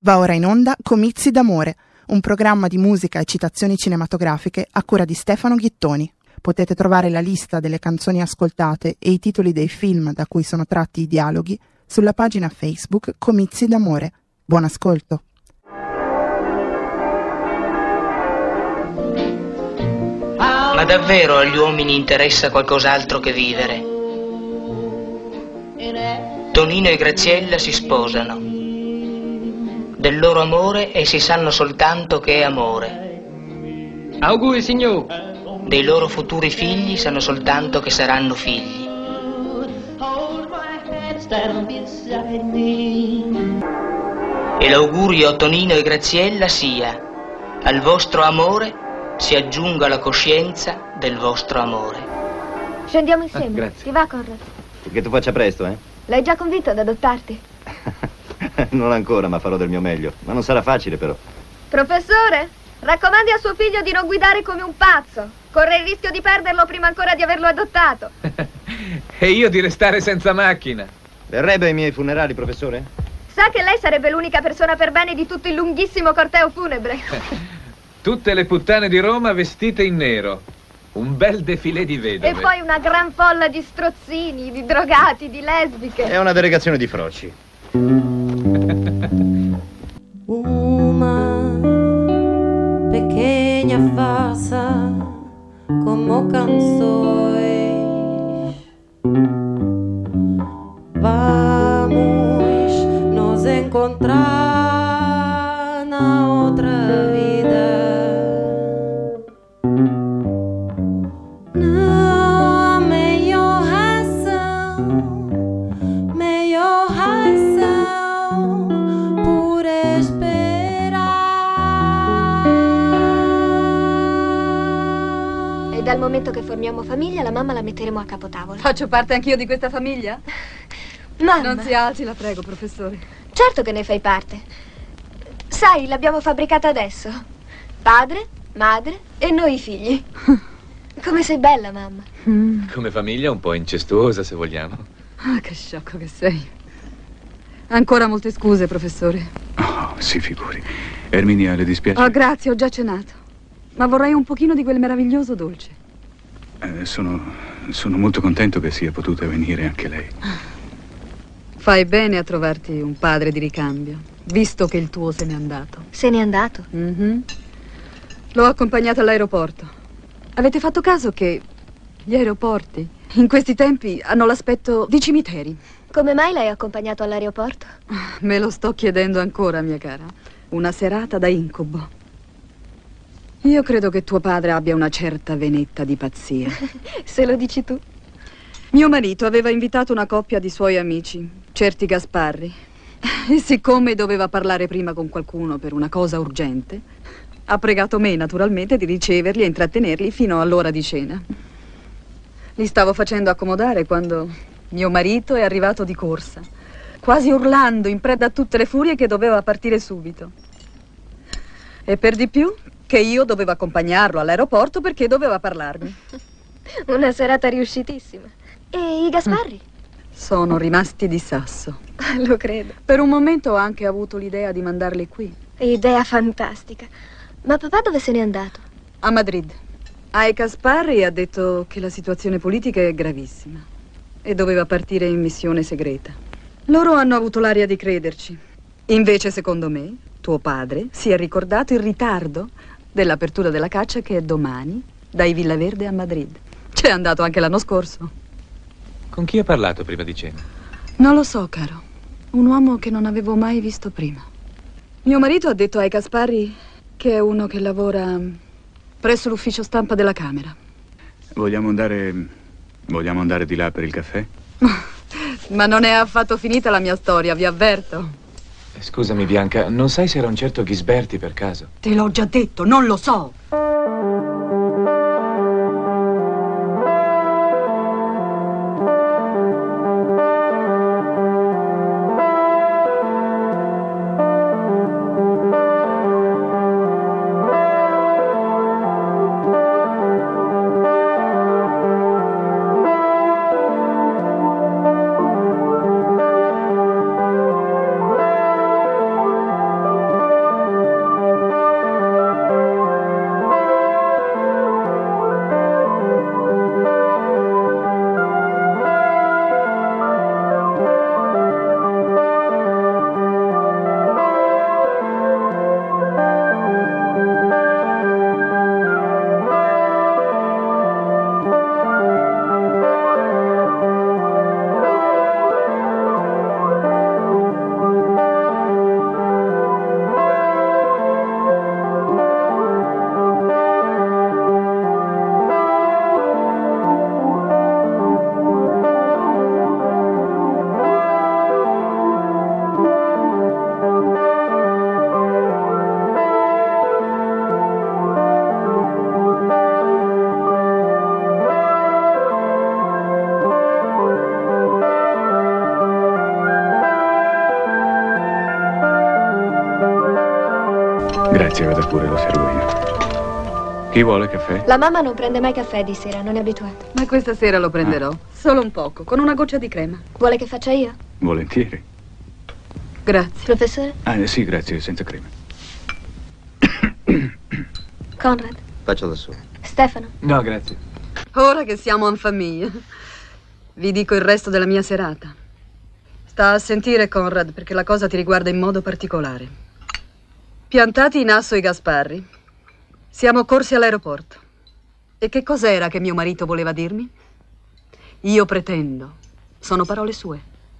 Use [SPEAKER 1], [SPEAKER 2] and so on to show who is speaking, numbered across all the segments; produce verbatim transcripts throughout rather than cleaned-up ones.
[SPEAKER 1] Va ora in onda Comizi d'amore, un programma di musica e citazioni cinematografiche a cura di Stefano Ghittoni. Potete trovare la lista delle canzoni ascoltate e i titoli dei film da cui sono tratti i dialoghi sulla pagina Facebook Comizi d'amore. Buon ascolto.
[SPEAKER 2] Ma davvero agli uomini interessa qualcos'altro che vivere? Tonino e Graziella si sposano. Del loro amore essi sanno soltanto che è amore.
[SPEAKER 3] Auguri, signor.
[SPEAKER 2] Dei loro futuri figli sanno soltanto che saranno figli. E l'augurio a Tonino e Graziella sia: al vostro amore si aggiunga la coscienza del vostro amore.
[SPEAKER 4] Scendiamo insieme.
[SPEAKER 3] Ah, grazie.
[SPEAKER 4] Ti va, Conrad?
[SPEAKER 5] Che tu faccia presto, eh?
[SPEAKER 4] L'hai già convinto ad adottarti?
[SPEAKER 5] Non ancora, ma farò del mio meglio. Ma non sarà facile, però.
[SPEAKER 4] Professore, raccomandi a suo figlio di non guidare come un pazzo. Corre il rischio di perderlo prima ancora di averlo adottato.
[SPEAKER 3] E io di restare senza macchina.
[SPEAKER 5] Verrebbe ai miei funerali, professore?
[SPEAKER 4] Sa che lei sarebbe l'unica persona per bene di tutto il lunghissimo corteo funebre.
[SPEAKER 3] Tutte le puttane di Roma vestite in nero. Un bel defilé di vedove.
[SPEAKER 4] E poi una gran folla di strozzini, di drogati, di lesbiche.
[SPEAKER 5] È una delegazione di froci.
[SPEAKER 6] Uma pequena farsa como canções. Vamos nos encontrar na outra vida. Não há melhor razão, melhor razão por esperar.
[SPEAKER 4] E dal momento che formiamo famiglia, la mamma la metteremo a capotavola.
[SPEAKER 7] Faccio parte anch'io di questa famiglia?
[SPEAKER 4] Mamma!
[SPEAKER 7] Non si alzi, la prego, professore.
[SPEAKER 4] Certo che ne fai parte. Sai, l'abbiamo fabbricata adesso. Padre, madre e noi figli. Come sei bella, mamma.
[SPEAKER 7] Mm.
[SPEAKER 3] Come famiglia un po' incestuosa, se vogliamo.
[SPEAKER 7] Ah, che sciocco che sei. Ancora molte scuse, professore.
[SPEAKER 8] Oh, si figuri. Erminia, le dispiace?
[SPEAKER 7] Oh, grazie, ho già cenato. Ma vorrei un pochino di quel meraviglioso dolce.
[SPEAKER 8] Eh, sono, sono molto contento che sia potuta venire anche lei.
[SPEAKER 7] Fai bene a trovarti un padre di ricambio, visto che il tuo se n'è andato.
[SPEAKER 4] Se n'è andato?
[SPEAKER 7] Mhm. L'ho accompagnato all'aeroporto. Avete fatto caso che gli aeroporti in questi tempi hanno l'aspetto di cimiteri?
[SPEAKER 4] Come mai l'hai accompagnato all'aeroporto?
[SPEAKER 7] Me lo sto chiedendo ancora, mia cara. Una serata da incubo. Io credo che tuo padre abbia una certa venetta di pazzia.
[SPEAKER 4] Se lo dici tu.
[SPEAKER 7] Mio marito aveva invitato una coppia di suoi amici, certi Gasparri. E siccome doveva parlare prima con qualcuno per una cosa urgente, ha pregato me, naturalmente, di riceverli e intrattenerli fino all'ora di cena. Li stavo facendo accomodare quando mio marito è arrivato di corsa, quasi urlando, in preda a tutte le furie, che doveva partire subito. E per di più che io dovevo accompagnarlo all'aeroporto perché doveva parlarmi.
[SPEAKER 4] Una serata riuscitissima. E i Gasparri?
[SPEAKER 7] Sono rimasti di sasso.
[SPEAKER 4] Lo credo.
[SPEAKER 7] Per un momento ho anche avuto l'idea di mandarli qui.
[SPEAKER 4] Idea fantastica. Ma papà dove se n'è andato?
[SPEAKER 7] A Madrid. Ai Gasparri ha detto che la situazione politica è gravissima e doveva partire in missione segreta. Loro hanno avuto l'aria di crederci. Invece, secondo me, tuo padre si è ricordato il ritardo dell'apertura della caccia, che è domani, dai Villaverde a Madrid. C'è andato anche l'anno scorso.
[SPEAKER 3] Con chi ha parlato prima di cena?
[SPEAKER 7] Non lo so, caro. Un uomo che non avevo mai visto prima. Mio marito ha detto ai Gasparri che è uno che lavora presso l'ufficio stampa della Camera.
[SPEAKER 8] Vogliamo andare... Vogliamo andare di là per il caffè?
[SPEAKER 7] Ma non è affatto finita la mia storia, vi avverto.
[SPEAKER 3] Scusami, Bianca, non sai se era un certo Ghisberti per caso?
[SPEAKER 7] Te l'ho già detto, non lo so.
[SPEAKER 8] Grazie, vada pure, lo servo io. Chi vuole caffè?
[SPEAKER 4] La mamma non prende mai caffè di sera, non è abituata.
[SPEAKER 7] Ma questa sera lo prenderò.
[SPEAKER 8] Ah.
[SPEAKER 7] Solo un poco, con una goccia di crema.
[SPEAKER 4] Vuole che faccia io?
[SPEAKER 8] Volentieri.
[SPEAKER 7] Grazie.
[SPEAKER 4] Professore?
[SPEAKER 8] Ah, eh, sì, grazie, senza crema.
[SPEAKER 4] Conrad?
[SPEAKER 5] Faccio da solo.
[SPEAKER 4] Stefano?
[SPEAKER 3] No, grazie.
[SPEAKER 7] Ora che siamo in famiglia, vi dico il resto della mia serata. Sta a sentire, Conrad, perché la cosa ti riguarda in modo particolare. Piantati in asso i Gasparri, siamo corsi all'aeroporto. E che cos'era che mio marito voleva dirmi? Io pretendo, sono parole sue,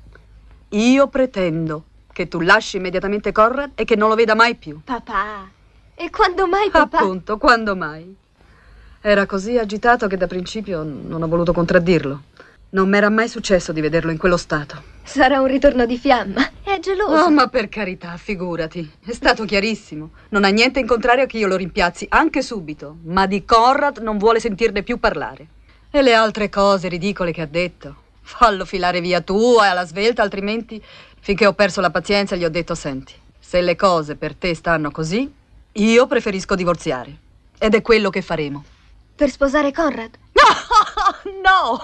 [SPEAKER 7] io pretendo che tu lasci immediatamente Conrad e che non lo veda mai più.
[SPEAKER 4] Papà, e quando mai, papà?
[SPEAKER 7] Appunto, quando mai? Era così agitato che da principio non ho voluto contraddirlo. Non m'era mai successo di vederlo in quello stato.
[SPEAKER 4] Sarà un ritorno di fiamma. È geloso.
[SPEAKER 7] Oh, ma per carità, figurati. È stato chiarissimo. Non ha niente in contrario che io lo rimpiazzi anche subito. Ma di Conrad non vuole sentirne più parlare. E le altre cose ridicole che ha detto. Fallo filare via tu e alla svelta, altrimenti... Finché ho perso la pazienza gli ho detto, senti, se le cose per te stanno così, io preferisco divorziare. Ed è quello che faremo.
[SPEAKER 4] Per sposare Conrad?
[SPEAKER 7] No!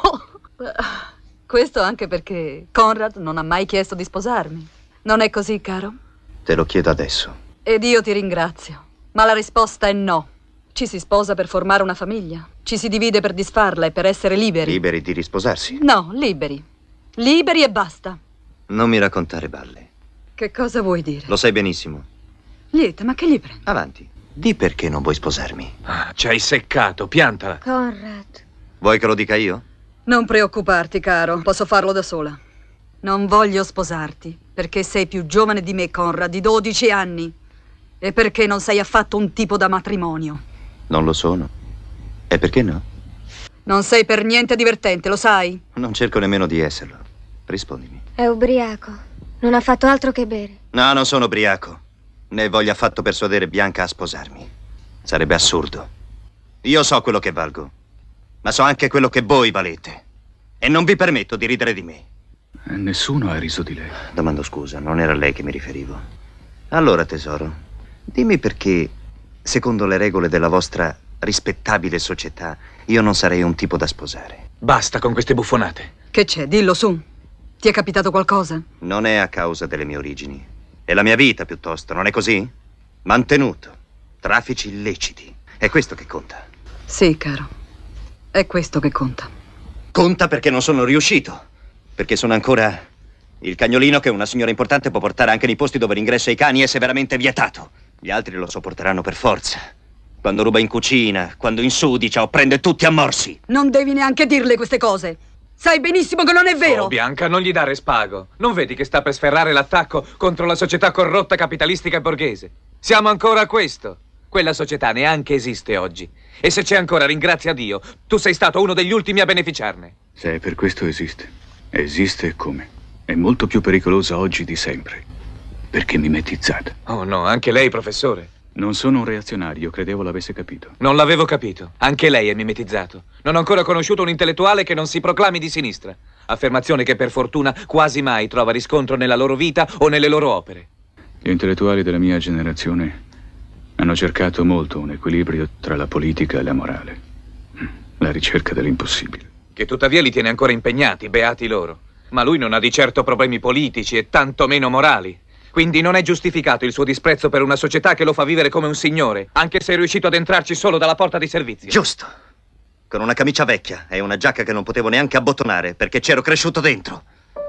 [SPEAKER 7] Questo anche perché Conrad non ha mai chiesto di sposarmi. Non è così, caro?
[SPEAKER 5] Te lo chiedo adesso.
[SPEAKER 7] Ed io ti ringrazio. Ma la risposta è no. Ci si sposa per formare una famiglia. Ci si divide per disfarla e per essere liberi.
[SPEAKER 5] Liberi di risposarsi?
[SPEAKER 7] No, liberi. Liberi e basta.
[SPEAKER 5] Non mi raccontare balle.
[SPEAKER 7] Che cosa vuoi dire?
[SPEAKER 5] Lo sai benissimo.
[SPEAKER 7] Lieta, ma che gli prende?
[SPEAKER 5] Avanti. Di perché non vuoi sposarmi.
[SPEAKER 3] Ah, ci hai seccato, piantala.
[SPEAKER 4] Conrad.
[SPEAKER 5] Vuoi che lo dica io?
[SPEAKER 7] Non preoccuparti, caro. Posso farlo da sola. Non voglio sposarti perché sei più giovane di me, Conrad, di dodici anni. E perché non sei affatto un tipo da matrimonio.
[SPEAKER 5] Non lo sono. E perché no?
[SPEAKER 7] Non sei per niente divertente, lo sai?
[SPEAKER 5] Non cerco nemmeno di esserlo. Rispondimi.
[SPEAKER 4] È ubriaco. Non ha fatto altro che bere.
[SPEAKER 5] No, non sono ubriaco. Né voglio affatto persuadere Bianca a sposarmi. Sarebbe assurdo. Io so quello che valgo. Ma so anche quello che voi valete. E non vi permetto di ridere di me.
[SPEAKER 8] Eh, Nessuno ha riso di lei.
[SPEAKER 5] Domando scusa, non era a lei che mi riferivo. Allora, tesoro, dimmi perché, secondo le regole della vostra rispettabile società, io non sarei un tipo da sposare.
[SPEAKER 3] Basta con queste buffonate.
[SPEAKER 7] Che c'è? Dillo su. Ti è capitato qualcosa?
[SPEAKER 5] Non è a causa delle mie origini. È la mia vita, piuttosto, non è così? Mantenuto. Traffici illeciti. È questo che conta.
[SPEAKER 7] Sì, caro. È questo che conta.
[SPEAKER 5] Conta perché non sono riuscito. Perché sono ancora il cagnolino che una signora importante può portare anche nei posti dove l'ingresso ai cani è severamente vietato. Gli altri lo sopporteranno per forza. Quando ruba in cucina, quando insudicia o prende tutti a morsi.
[SPEAKER 7] Non devi neanche dirle queste cose. Sai benissimo che non è vero.
[SPEAKER 3] Oh, Bianca, non gli dare spago. Non vedi che sta per sferrare l'attacco contro la società corrotta, capitalistica e borghese? Siamo ancora a questo. Quella società neanche esiste oggi. E se c'è ancora, ringrazia Dio, tu sei stato uno degli ultimi a beneficiarne.
[SPEAKER 8] Se per questo esiste. Esiste e come. È molto più pericolosa oggi di sempre. Perché mimetizzata.
[SPEAKER 3] Oh no, anche lei, professore.
[SPEAKER 8] Non sono un reazionario, credevo l'avesse capito.
[SPEAKER 3] Non l'avevo capito. Anche lei è mimetizzato. Non ho ancora conosciuto un intellettuale che non si proclami di sinistra. Affermazione che per fortuna quasi mai trova riscontro nella loro vita o nelle loro opere.
[SPEAKER 8] Gli intellettuali della mia generazione hanno cercato molto un equilibrio tra la politica e la morale. La ricerca dell'impossibile.
[SPEAKER 3] Che tuttavia li tiene ancora impegnati, beati loro. Ma lui non ha di certo problemi politici e tanto meno morali. Quindi non è giustificato il suo disprezzo per una società che lo fa vivere come un signore, anche se è riuscito ad entrarci solo dalla porta di servizio.
[SPEAKER 5] Giusto. Con una camicia vecchia e una giacca che non potevo neanche abbottonare perché c'ero cresciuto dentro.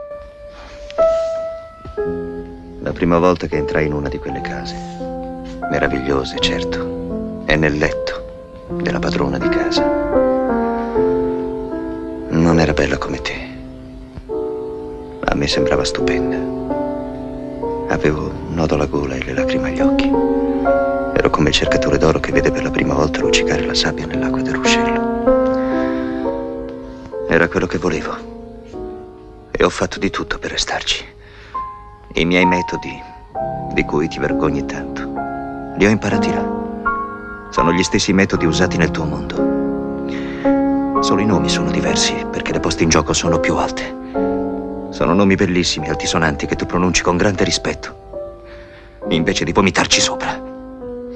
[SPEAKER 5] La prima volta che entrai in una di quelle case, meravigliose, certo, e nel letto della padrona di casa. Non era bella come te. A me sembrava stupenda. Avevo un nodo alla gola e le lacrime agli occhi. Ero come il cercatore d'oro che vede per la prima volta luccicare la sabbia nell'acqua del ruscello. Era quello che volevo. E ho fatto di tutto per restarci. I miei metodi, di cui ti vergogni tanto, li ho imparati là. Sono gli stessi metodi usati nel tuo mondo. Solo i nomi sono diversi perché le poste in gioco sono più alte. Sono nomi bellissimi, altisonanti, che tu pronunci con grande rispetto, invece di vomitarci sopra.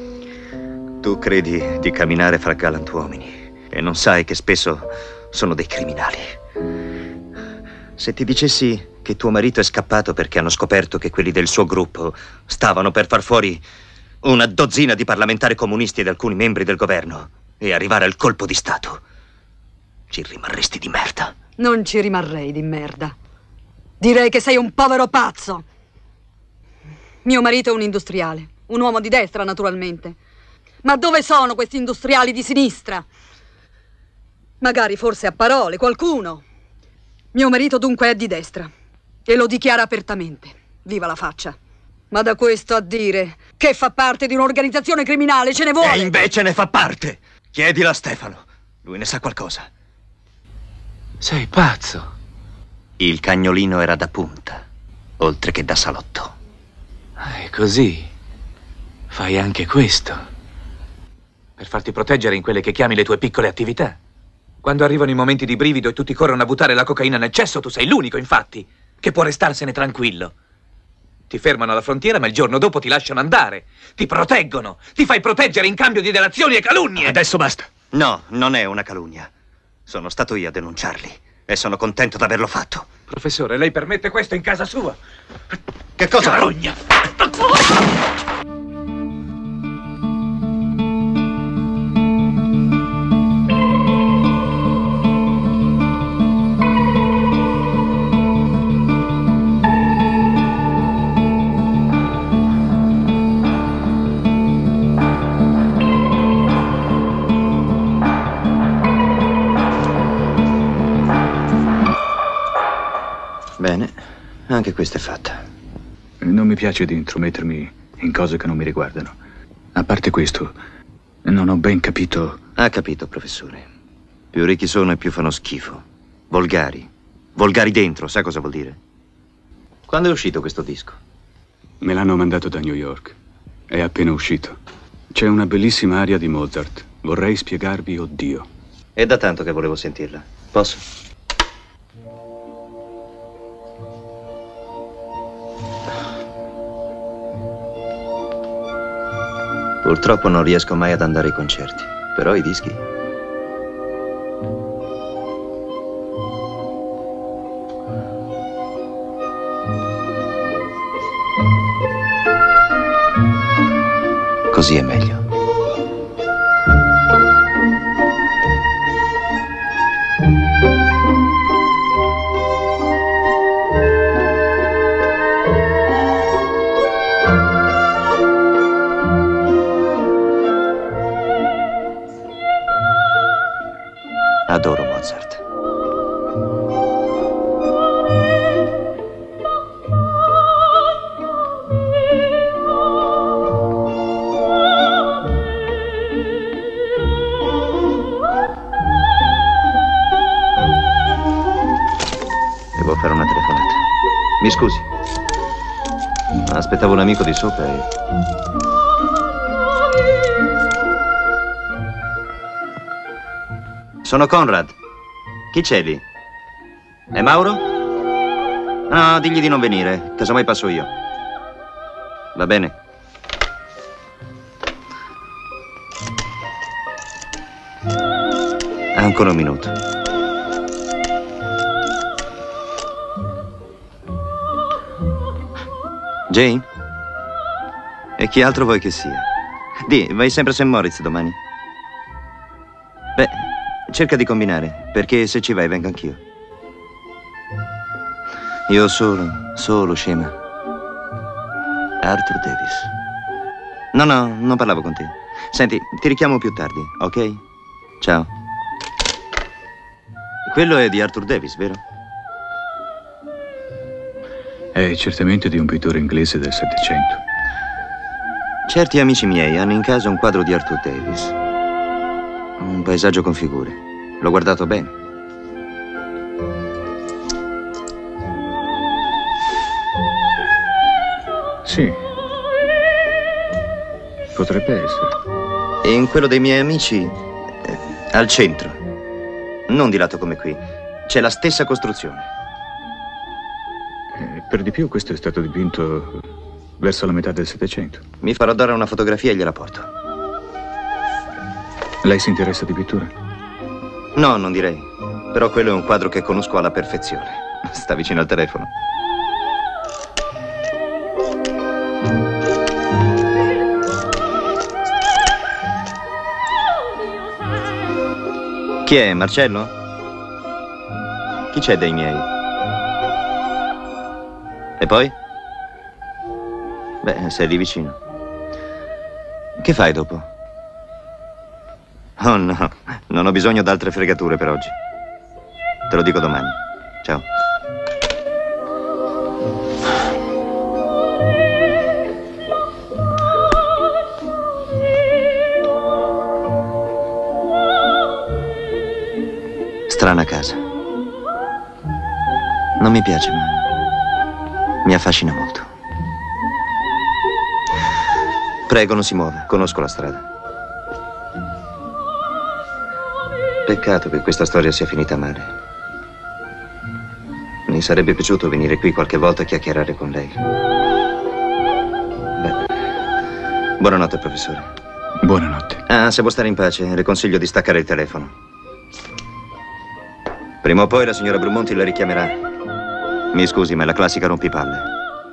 [SPEAKER 5] Tu credi di camminare fra galantuomini e non sai che spesso sono dei criminali. Se ti dicessi che tuo marito è scappato perché hanno scoperto che quelli del suo gruppo stavano per far fuori una dozzina di parlamentari comunisti ed alcuni membri del governo e arrivare al colpo di Stato, ci rimarresti di merda.
[SPEAKER 7] Non ci rimarrei di merda. Direi che sei un povero pazzo. Mio marito è un industriale, un uomo di destra naturalmente. Ma dove sono questi industriali di sinistra? Magari forse a parole, qualcuno. Mio marito dunque è di destra e lo dichiara apertamente. Viva la faccia. Ma da questo a dire che fa parte di un'organizzazione criminale ce ne vuole.
[SPEAKER 5] E invece ne fa parte. Chiedila a Stefano, lui ne sa qualcosa.
[SPEAKER 3] Sei pazzo.
[SPEAKER 5] Il cagnolino era da punta, oltre che da salotto.
[SPEAKER 3] Ah, e così fai anche questo per farti proteggere in quelle che chiami le tue piccole attività. Quando arrivano i momenti di brivido e tutti corrono a buttare la cocaina nel cesso, tu sei l'unico, infatti, che può restarsene tranquillo. Ti fermano alla frontiera, ma il giorno dopo ti lasciano andare. Ti proteggono. Ti fai proteggere in cambio di delazioni e calunnie.
[SPEAKER 5] Adesso basta. No, non è una calunnia. Sono stato io a denunciarli e sono contento di averlo fatto.
[SPEAKER 3] Professore, lei permette questo in casa sua?
[SPEAKER 5] Che cosa?
[SPEAKER 3] Carogna!
[SPEAKER 5] Bene, anche questa è fatta.
[SPEAKER 8] Non mi piace di intromettermi in cose che non mi riguardano. A parte questo, non ho ben capito...
[SPEAKER 5] Ha capito, professore. Più ricchi sono e più fanno schifo. Volgari. Volgari dentro, sa cosa vuol dire? Quando è uscito questo disco?
[SPEAKER 8] Me l'hanno mandato da New York. È appena uscito. C'è una bellissima aria di Mozart. Vorrei spiegarvi Oh Dio.
[SPEAKER 5] È da tanto che volevo sentirla. Posso? Purtroppo non riesco mai ad andare ai concerti, però i dischi... Così è meglio. Adoro Mozart. Devo fare una telefonata. Mi scusi. Aspettavo un amico di sopra e... Sono Conrad. Chi c'è lì? È Mauro? No, digli di non venire, casomai passo io. Va bene. Ancora un minuto. Jane? E chi altro vuoi che sia? Di, vai sempre a Saint Moritz domani? Beh, cerca di combinare, perché se ci vai vengo anch'io. Io solo, solo, scema. Arthur Davis. No, no, non parlavo con te. Senti, ti richiamo più tardi, ok? Ciao. Quello è di Arthur Davis, vero?
[SPEAKER 8] È certamente di un pittore inglese del Settecento.
[SPEAKER 5] Certi amici miei hanno in casa un quadro di Arthur Davis. Un paesaggio con figure. L'ho guardato bene.
[SPEAKER 8] Sì. Potrebbe essere.
[SPEAKER 5] E in quello dei miei amici, eh, al centro, non di lato come qui, c'è la stessa costruzione.
[SPEAKER 8] Eh, per di più questo è stato dipinto verso la metà del Settecento.
[SPEAKER 5] Mi farò dare una fotografia e gliela porto.
[SPEAKER 8] Lei si interessa di pittura?
[SPEAKER 5] No, non direi. Però quello è un quadro che conosco alla perfezione. Sta vicino al telefono. Chi è, Marcello? Chi c'è dei miei? E poi? Beh, sei lì vicino. Che fai dopo? Oh no, non ho bisogno d'altre fregature per oggi. Te lo dico domani. Ciao. Strana casa. Non mi piace, ma mi affascina molto. Prego, non si muova. Conosco la strada. Peccato che questa storia sia finita male. Mi sarebbe piaciuto venire qui qualche volta a chiacchierare con lei. Beh, buonanotte, professore.
[SPEAKER 8] Buonanotte.
[SPEAKER 5] Ah, se vuoi stare in pace, le consiglio di staccare il telefono. Prima o poi la signora Brumonti la richiamerà. Mi scusi, ma è la classica rompipalle.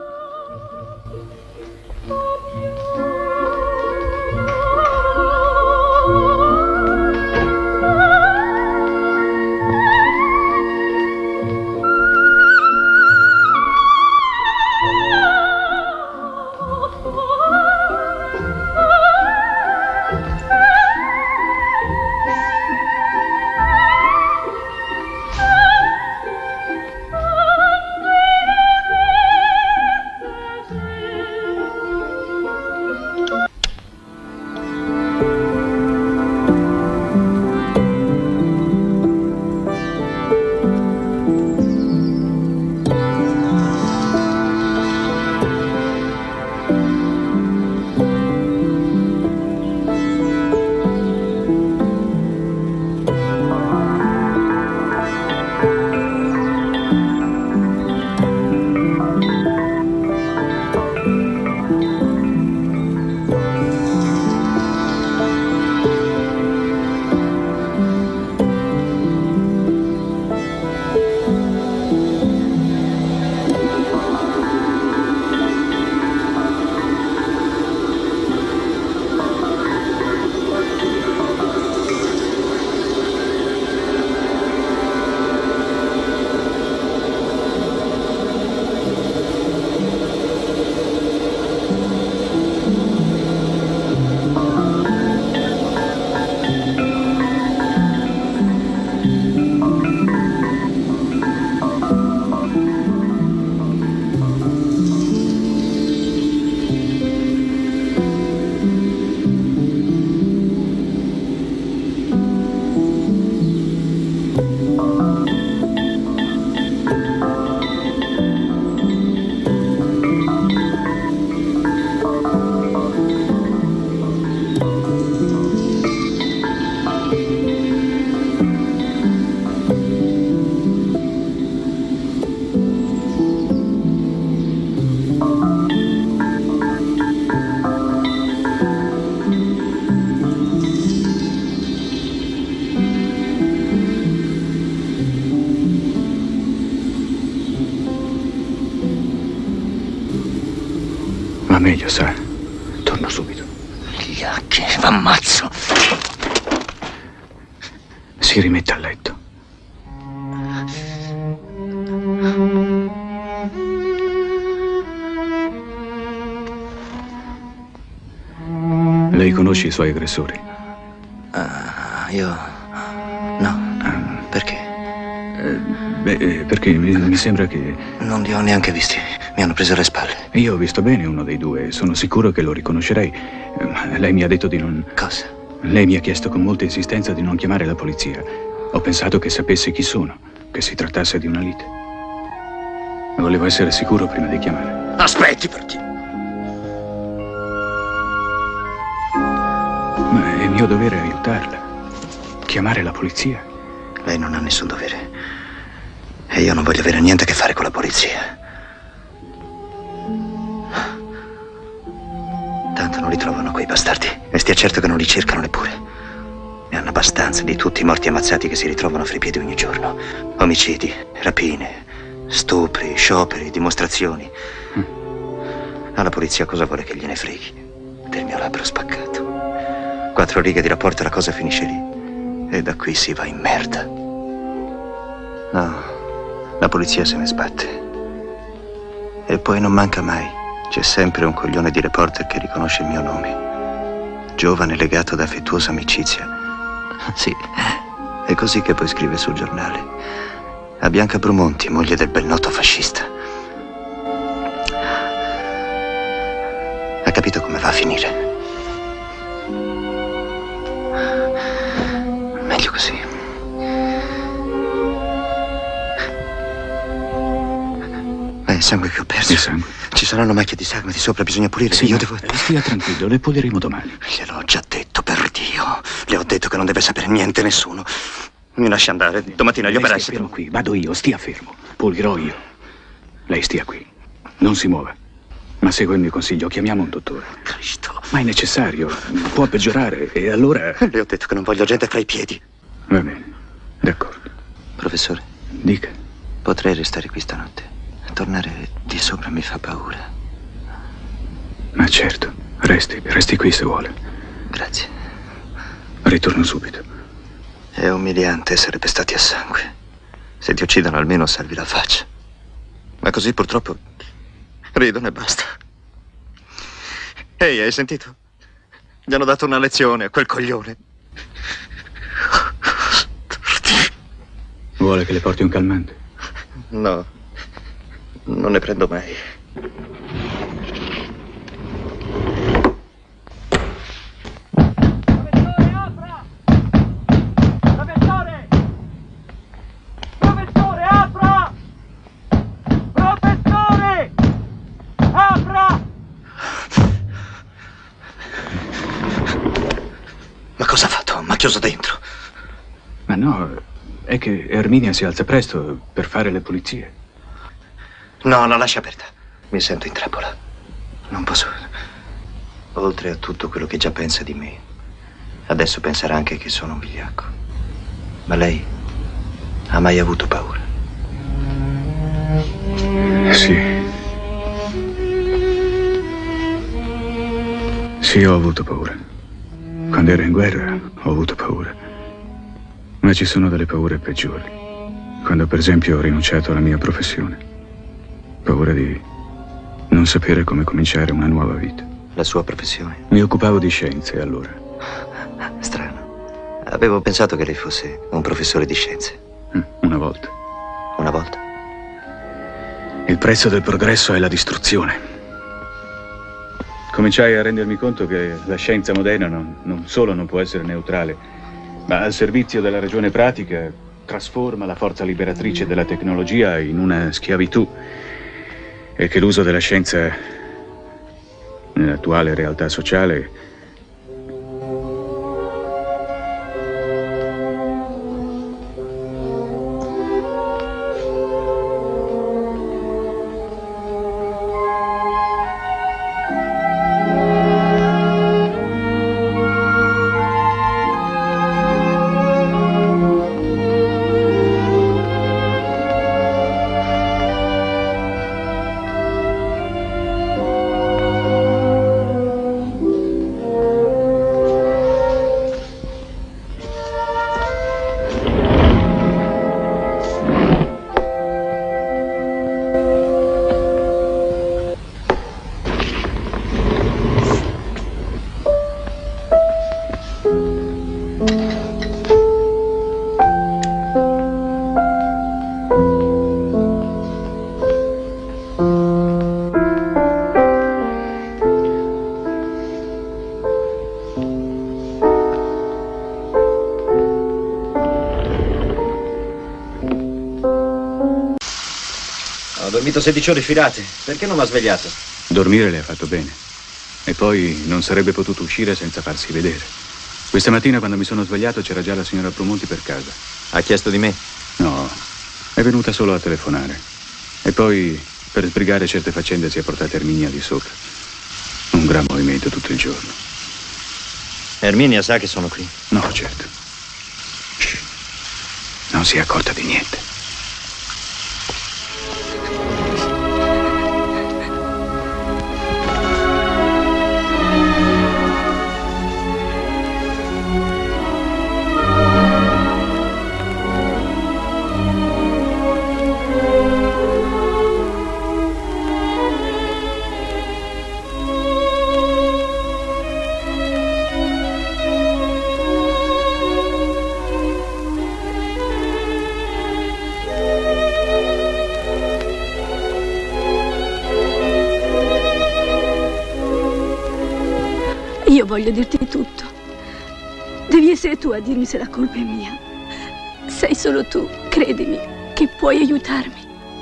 [SPEAKER 8] Meglio, sa. Torno subito.
[SPEAKER 5] Vigliacchi, m'ammazzo.
[SPEAKER 8] Si rimetta a letto. Lei conosce i suoi aggressori?
[SPEAKER 5] Uh, io... no.
[SPEAKER 8] Um,
[SPEAKER 5] Perché?
[SPEAKER 8] Eh, beh, perché mi, mi sembra che...
[SPEAKER 5] Non li ho neanche visti. Mi hanno preso le spalle.
[SPEAKER 8] Io ho visto bene uno dei due. Sono sicuro che lo riconoscerei. Ma lei mi ha detto di non...
[SPEAKER 5] Cosa?
[SPEAKER 8] Lei mi ha chiesto con molta insistenza di non chiamare la polizia. Ho pensato che sapesse chi sono, che si trattasse di una lite. Volevo essere sicuro prima di chiamare.
[SPEAKER 5] Aspetti, perché?
[SPEAKER 8] Ma è mio dovere aiutarla. Chiamare la polizia.
[SPEAKER 5] Lei non ha nessun dovere. E io non voglio avere niente a che fare con la polizia. Tanto non li trovano quei bastardi. E stia certo che non li cercano neppure. Ne hanno abbastanza di tutti i morti ammazzati che si ritrovano fra i piedi ogni giorno. Omicidi, rapine, stupri, scioperi, dimostrazioni. Alla polizia cosa vuole che gliene freghi del mio labbro spaccato? Quattro righe di rapporto e la cosa finisce lì. E da qui si va in merda. No, la polizia se ne sbatte. E poi non manca mai. C'è sempre un coglione di reporter che riconosce il mio nome. Giovane legato da affettuosa amicizia. Sì, è così che poi scrive sul giornale. A Bianca Brumonti, moglie del bel noto fascista. Ha capito come va a finire? Meglio così. È il sangue che ho perso.
[SPEAKER 8] Il sangue?
[SPEAKER 5] Ci saranno macchie di sangue di sopra, bisogna pulire.
[SPEAKER 8] Sì,
[SPEAKER 5] io
[SPEAKER 8] ma
[SPEAKER 5] devo...
[SPEAKER 8] stia tranquillo, le puliremo domani.
[SPEAKER 5] Gliel'ho già detto, per Dio. Le ho detto che non deve sapere niente nessuno. Mi lasci andare, domattina gli operai...
[SPEAKER 8] Stia fermo qui, vado io, stia fermo. Pulirò io. Lei stia qui, non si muova. Ma segua il mio consiglio, chiamiamo un dottore.
[SPEAKER 5] Cristo.
[SPEAKER 8] Ma è necessario, può peggiorare, e allora...
[SPEAKER 5] Le ho detto che non voglio gente fra i piedi.
[SPEAKER 8] Va bene, d'accordo.
[SPEAKER 5] Professore?
[SPEAKER 8] Dica.
[SPEAKER 5] Potrei restare qui stanotte. Tornare di sopra mi fa paura.
[SPEAKER 8] Ma certo, resti, resti qui se vuole.
[SPEAKER 5] Grazie.
[SPEAKER 8] Ritorno subito.
[SPEAKER 5] È umiliante essere pestati a sangue. Se ti uccidono almeno salvi la faccia. Ma così purtroppo ridono e basta. Ehi, hai sentito? Gli hanno dato una lezione a quel coglione.
[SPEAKER 8] Vuole che le porti un calmante?
[SPEAKER 5] No, non ne prendo mai. Cosa ha fatto? Mi ha chiuso dentro.
[SPEAKER 8] Ma no, è che Erminia si alza presto per fare le pulizie.
[SPEAKER 5] No, la lascia aperta. Mi sento in trappola. Non posso... Oltre a tutto quello che già pensa di me, adesso penserà anche che sono un vigliacco. Ma lei ha mai avuto paura?
[SPEAKER 8] Sì. Sì, ho avuto paura. Quando ero in guerra ho avuto paura. Ma ci sono delle paure peggiori. Quando per esempio ho rinunciato alla mia professione. Paura di non sapere come cominciare una nuova vita.
[SPEAKER 5] La sua professione?
[SPEAKER 8] Mi occupavo di scienze allora.
[SPEAKER 5] Strano. Avevo pensato che lei fosse un professore di scienze.
[SPEAKER 8] Una volta.
[SPEAKER 5] Una volta?
[SPEAKER 8] Il prezzo del progresso è la distruzione. Cominciai a rendermi conto che la scienza moderna non, non solo non può essere neutrale, ma al servizio della ragione pratica trasforma la forza liberatrice della tecnologia in una schiavitù e che l'uso della scienza nell'attuale realtà sociale
[SPEAKER 5] Ho dormito sedici ore filate. Perché non mi ha svegliato?
[SPEAKER 8] dormire le ha fatto bene. E poi non sarebbe potuto uscire senza farsi vedere. Questa mattina quando mi sono svegliato c'era già la signora Brumonti per casa.
[SPEAKER 5] Ha chiesto di me?
[SPEAKER 8] No, è venuta solo a telefonare. E poi, per sbrigare certe faccende, si è portata Erminia di sopra. Un gran movimento tutto il giorno.
[SPEAKER 5] Erminia sa che sono qui?
[SPEAKER 8] No, certo. Non si è accorta di niente.
[SPEAKER 9] Io voglio dirti tutto. Devi essere tu a dirmi se la colpa è mia. Sei solo tu, credimi, che puoi aiutarmi.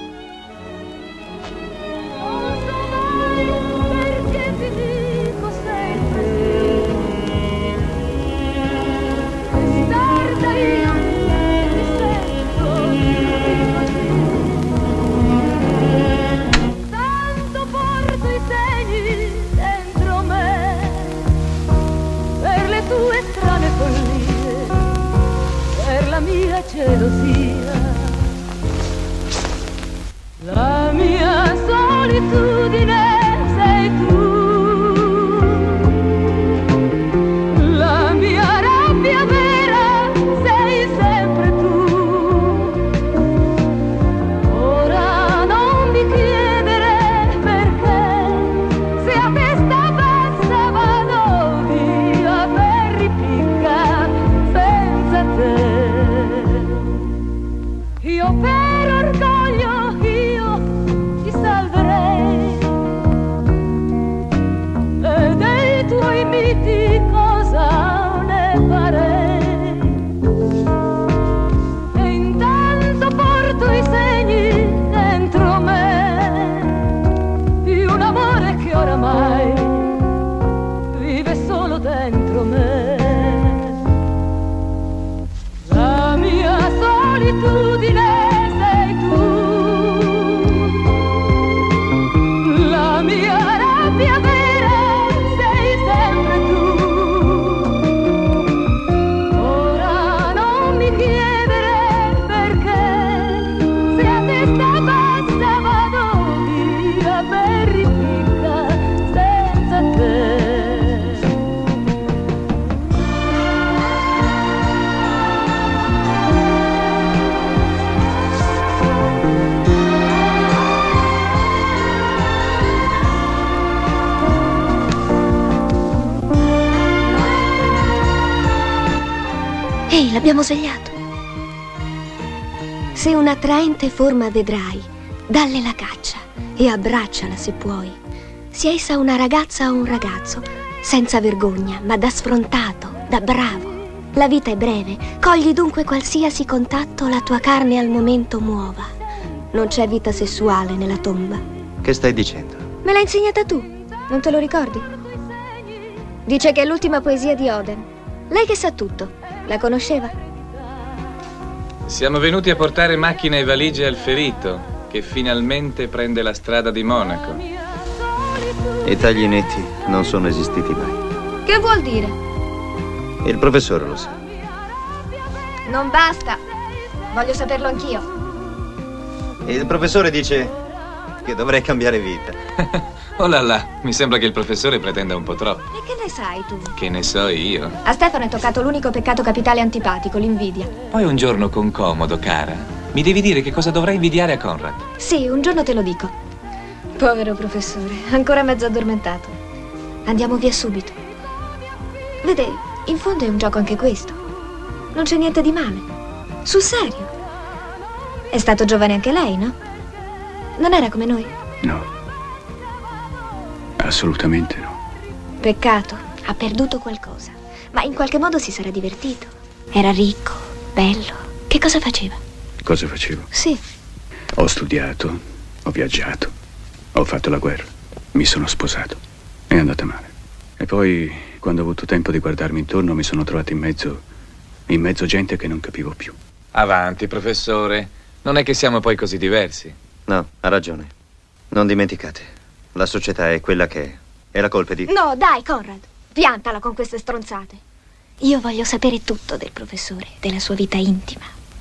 [SPEAKER 6] Gelosia, la mia solitudine sei tu, la mia rabbia vera sei sempre tu. Ora non mi chiedere perché, se a testa bassa vado via per ripicca senza te. Io per orgoglio, io ti salverei, e dei tuoi miti cosa ne farei? E intanto porto i segni dentro me di un amore che oramai vive solo dentro me. La mia solitudine sei tu, la mia rabbia vera sei sempre tu. Ora non mi chiedere perché, se a testa bassa vado via per ripicca senza te.
[SPEAKER 4] Ehi, l'abbiamo svegliato. Se un'attraente forma vedrai, dalle la caccia e abbracciala se puoi. Sia essa una ragazza o un ragazzo, senza vergogna, ma da sfrontato, da bravo. La vita è breve, cogli dunque qualsiasi contatto la tua carne al momento muova. Non c'è vita sessuale nella tomba.
[SPEAKER 5] Che stai dicendo?
[SPEAKER 4] Me l'hai insegnata tu, non te lo ricordi? Dice che è l'ultima poesia di Oden. Lei che sa tutto. La conosceva?
[SPEAKER 3] Siamo venuti a portare macchine e valigie al ferito, che finalmente prende la strada di Monaco.
[SPEAKER 5] I tagli netti non sono esistiti mai.
[SPEAKER 4] Che vuol dire?
[SPEAKER 5] Il professore lo sa.
[SPEAKER 4] Non basta. Voglio saperlo anch'io.
[SPEAKER 5] Il professore dice che dovrei cambiare vita.
[SPEAKER 3] Oh là là, mi sembra che il professore pretenda un po' troppo.
[SPEAKER 4] E che ne sai tu?
[SPEAKER 3] Che ne so io?
[SPEAKER 4] A Stefano è toccato l'unico peccato capitale antipatico, l'invidia.
[SPEAKER 3] Poi un giorno con comodo, cara, mi devi dire che cosa dovrei invidiare a Conrad.
[SPEAKER 4] Sì, un giorno te lo dico. Povero professore, ancora mezzo addormentato. Andiamo via subito. Vede, in fondo è un gioco anche questo. Non c'è niente di male. Sul serio. È stato giovane anche lei, no? Non era come noi?
[SPEAKER 8] No. Assolutamente no.
[SPEAKER 4] Peccato, ha perduto qualcosa. Ma in qualche modo si sarà divertito. Era ricco, bello. Che cosa faceva?
[SPEAKER 8] Cosa facevo?
[SPEAKER 4] Sì.
[SPEAKER 8] Ho studiato, ho viaggiato, ho fatto la guerra, mi sono sposato. È andata male. E poi, quando ho avuto tempo di guardarmi intorno, mi sono trovato in mezzo, in mezzo gente che non capivo più.
[SPEAKER 3] Avanti, professore. Non è che siamo poi così diversi.
[SPEAKER 5] No, ha ragione. Non dimenticate. La società è quella che è. È la colpa di...
[SPEAKER 4] No, dai, Conrad. Piantala con queste stronzate. Io voglio sapere tutto del professore, della sua vita intima,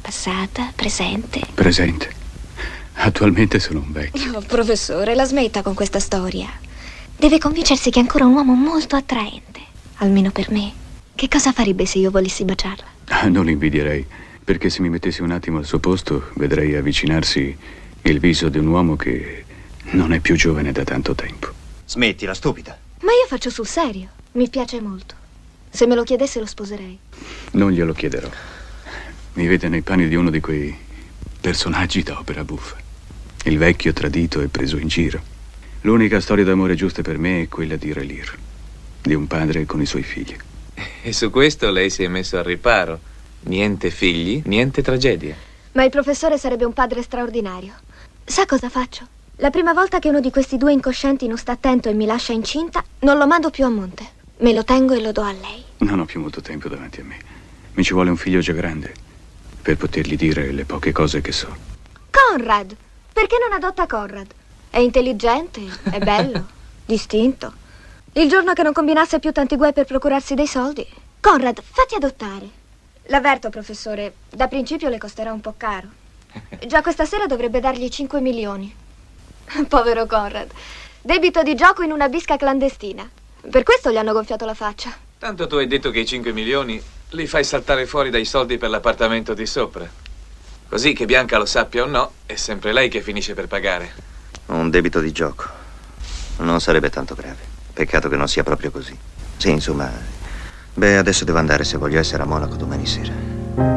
[SPEAKER 4] passata, presente.
[SPEAKER 8] Presente. Attualmente sono un vecchio.
[SPEAKER 4] Oh, professore, la smetta con questa storia. Deve convincersi che è ancora un uomo molto attraente. Almeno per me. Che cosa farebbe se io volessi baciarla?
[SPEAKER 8] Ah, non l'invidierei, perché se mi mettessi un attimo al suo posto, vedrei avvicinarsi il viso di un uomo che non è più giovane da tanto tempo.
[SPEAKER 5] Smettila, stupida.
[SPEAKER 4] Ma io faccio sul serio. Mi piace molto. Se me lo chiedesse lo sposerei.
[SPEAKER 8] Non glielo chiederò. Mi vede nei panni di uno di quei personaggi da opera buffa. Il vecchio tradito e preso in giro. L'unica storia d'amore giusta per me è quella di Relir, di un padre con i suoi figli.
[SPEAKER 3] E su questo lei si è messo al riparo. Niente figli, niente tragedie.
[SPEAKER 4] Ma il professore sarebbe un padre straordinario. Sa cosa faccio? La prima volta che uno di questi due incoscienti non sta attento e mi lascia incinta, non lo mando più a monte. Me lo tengo e lo do a lei.
[SPEAKER 8] Non ho più molto tempo davanti a me. Mi ci vuole un figlio già grande per potergli dire le poche cose che so.
[SPEAKER 4] Conrad! Perché non adotta Conrad? È intelligente, è bello, distinto. Il giorno che non combinasse più tanti guai per procurarsi dei soldi. Conrad, fatti adottare. L'avverto, professore, da principio le costerà un po' caro. Già questa sera dovrebbe dargli cinque milioni. Povero Conrad. Debito di gioco in una bisca clandestina. Per questo gli hanno gonfiato la faccia.
[SPEAKER 3] Tanto tu hai detto che i cinque milioni li fai saltare fuori dai soldi per l'appartamento di sopra. Così che Bianca lo sappia o no, è sempre lei che finisce per pagare.
[SPEAKER 5] Un debito di gioco. Non sarebbe tanto grave. Peccato che non sia proprio così. Sì, insomma. Beh, adesso devo andare se voglio essere a Monaco domani sera.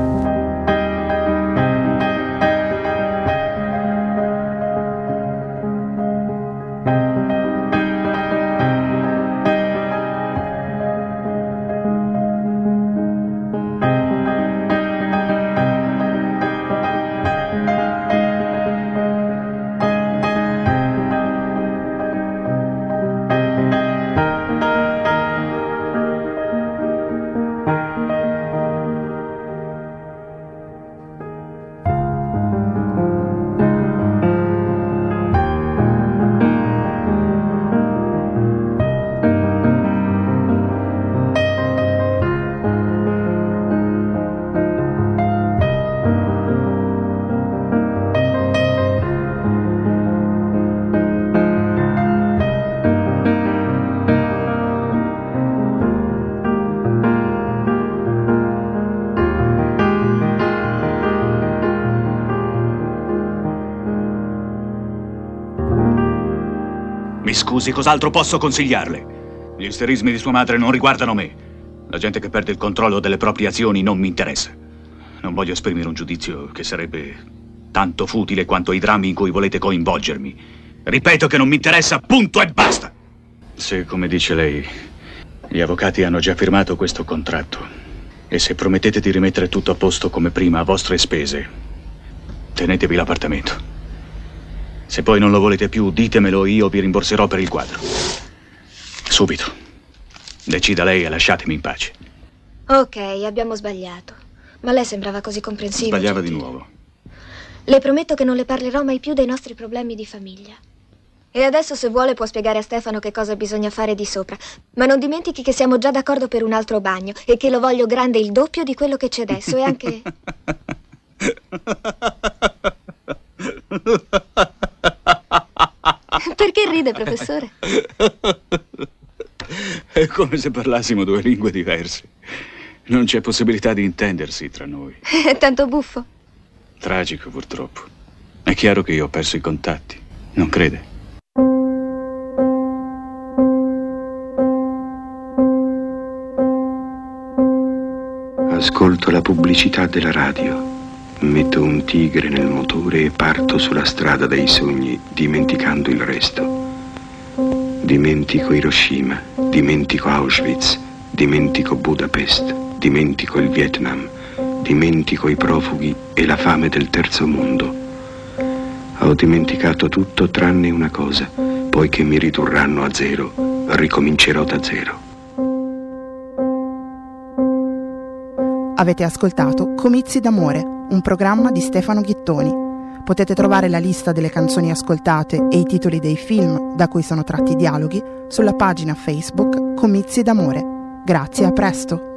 [SPEAKER 8] Mi scusi, cos'altro posso consigliarle? Gli isterismi di sua madre non riguardano me. La gente che perde il controllo delle proprie azioni non mi interessa. Non voglio esprimere un giudizio che sarebbe tanto futile quanto i drammi in cui volete coinvolgermi. Ripeto che non mi interessa, punto e basta! Se, come dice lei, gli avvocati hanno già firmato questo contratto e se promettete di rimettere tutto a posto come prima a vostre spese, tenetevi l'appartamento. Se poi non lo volete più, ditemelo, io vi rimborserò per il quadro. Subito. Decida lei e lasciatemi in pace.
[SPEAKER 4] Ok, abbiamo sbagliato. Ma lei sembrava così comprensiva.
[SPEAKER 8] Sbagliava di nuovo.
[SPEAKER 4] Le prometto che non le parlerò mai più dei nostri problemi di famiglia. E adesso, se vuole, può spiegare a Stefano che cosa bisogna fare di sopra. Ma non dimentichi che siamo già d'accordo per un altro bagno e che lo voglio grande il doppio di quello che c'è adesso e anche... Perché ride, professore?
[SPEAKER 8] È come se parlassimo due lingue diverse. Non c'è possibilità di intendersi tra noi.
[SPEAKER 4] È tanto buffo.
[SPEAKER 8] Tragico, purtroppo. È chiaro che io ho perso i contatti, non crede?
[SPEAKER 10] Ascolto la pubblicità della radio. Metto un tigre nel motore e parto sulla strada dei sogni, dimenticando il resto. Dimentico Hiroshima, dimentico Auschwitz, dimentico Budapest, dimentico il Vietnam, dimentico i profughi e la fame del terzo mondo. Ho dimenticato tutto tranne una cosa, poiché mi ridurranno a zero, ricomincerò da zero.
[SPEAKER 1] Avete ascoltato Comizi d'amore, un programma di Stefano Ghittoni. Potete trovare la lista delle canzoni ascoltate e i titoli dei film da cui sono tratti i dialoghi sulla pagina Facebook Comizi d'amore. Grazie, a presto!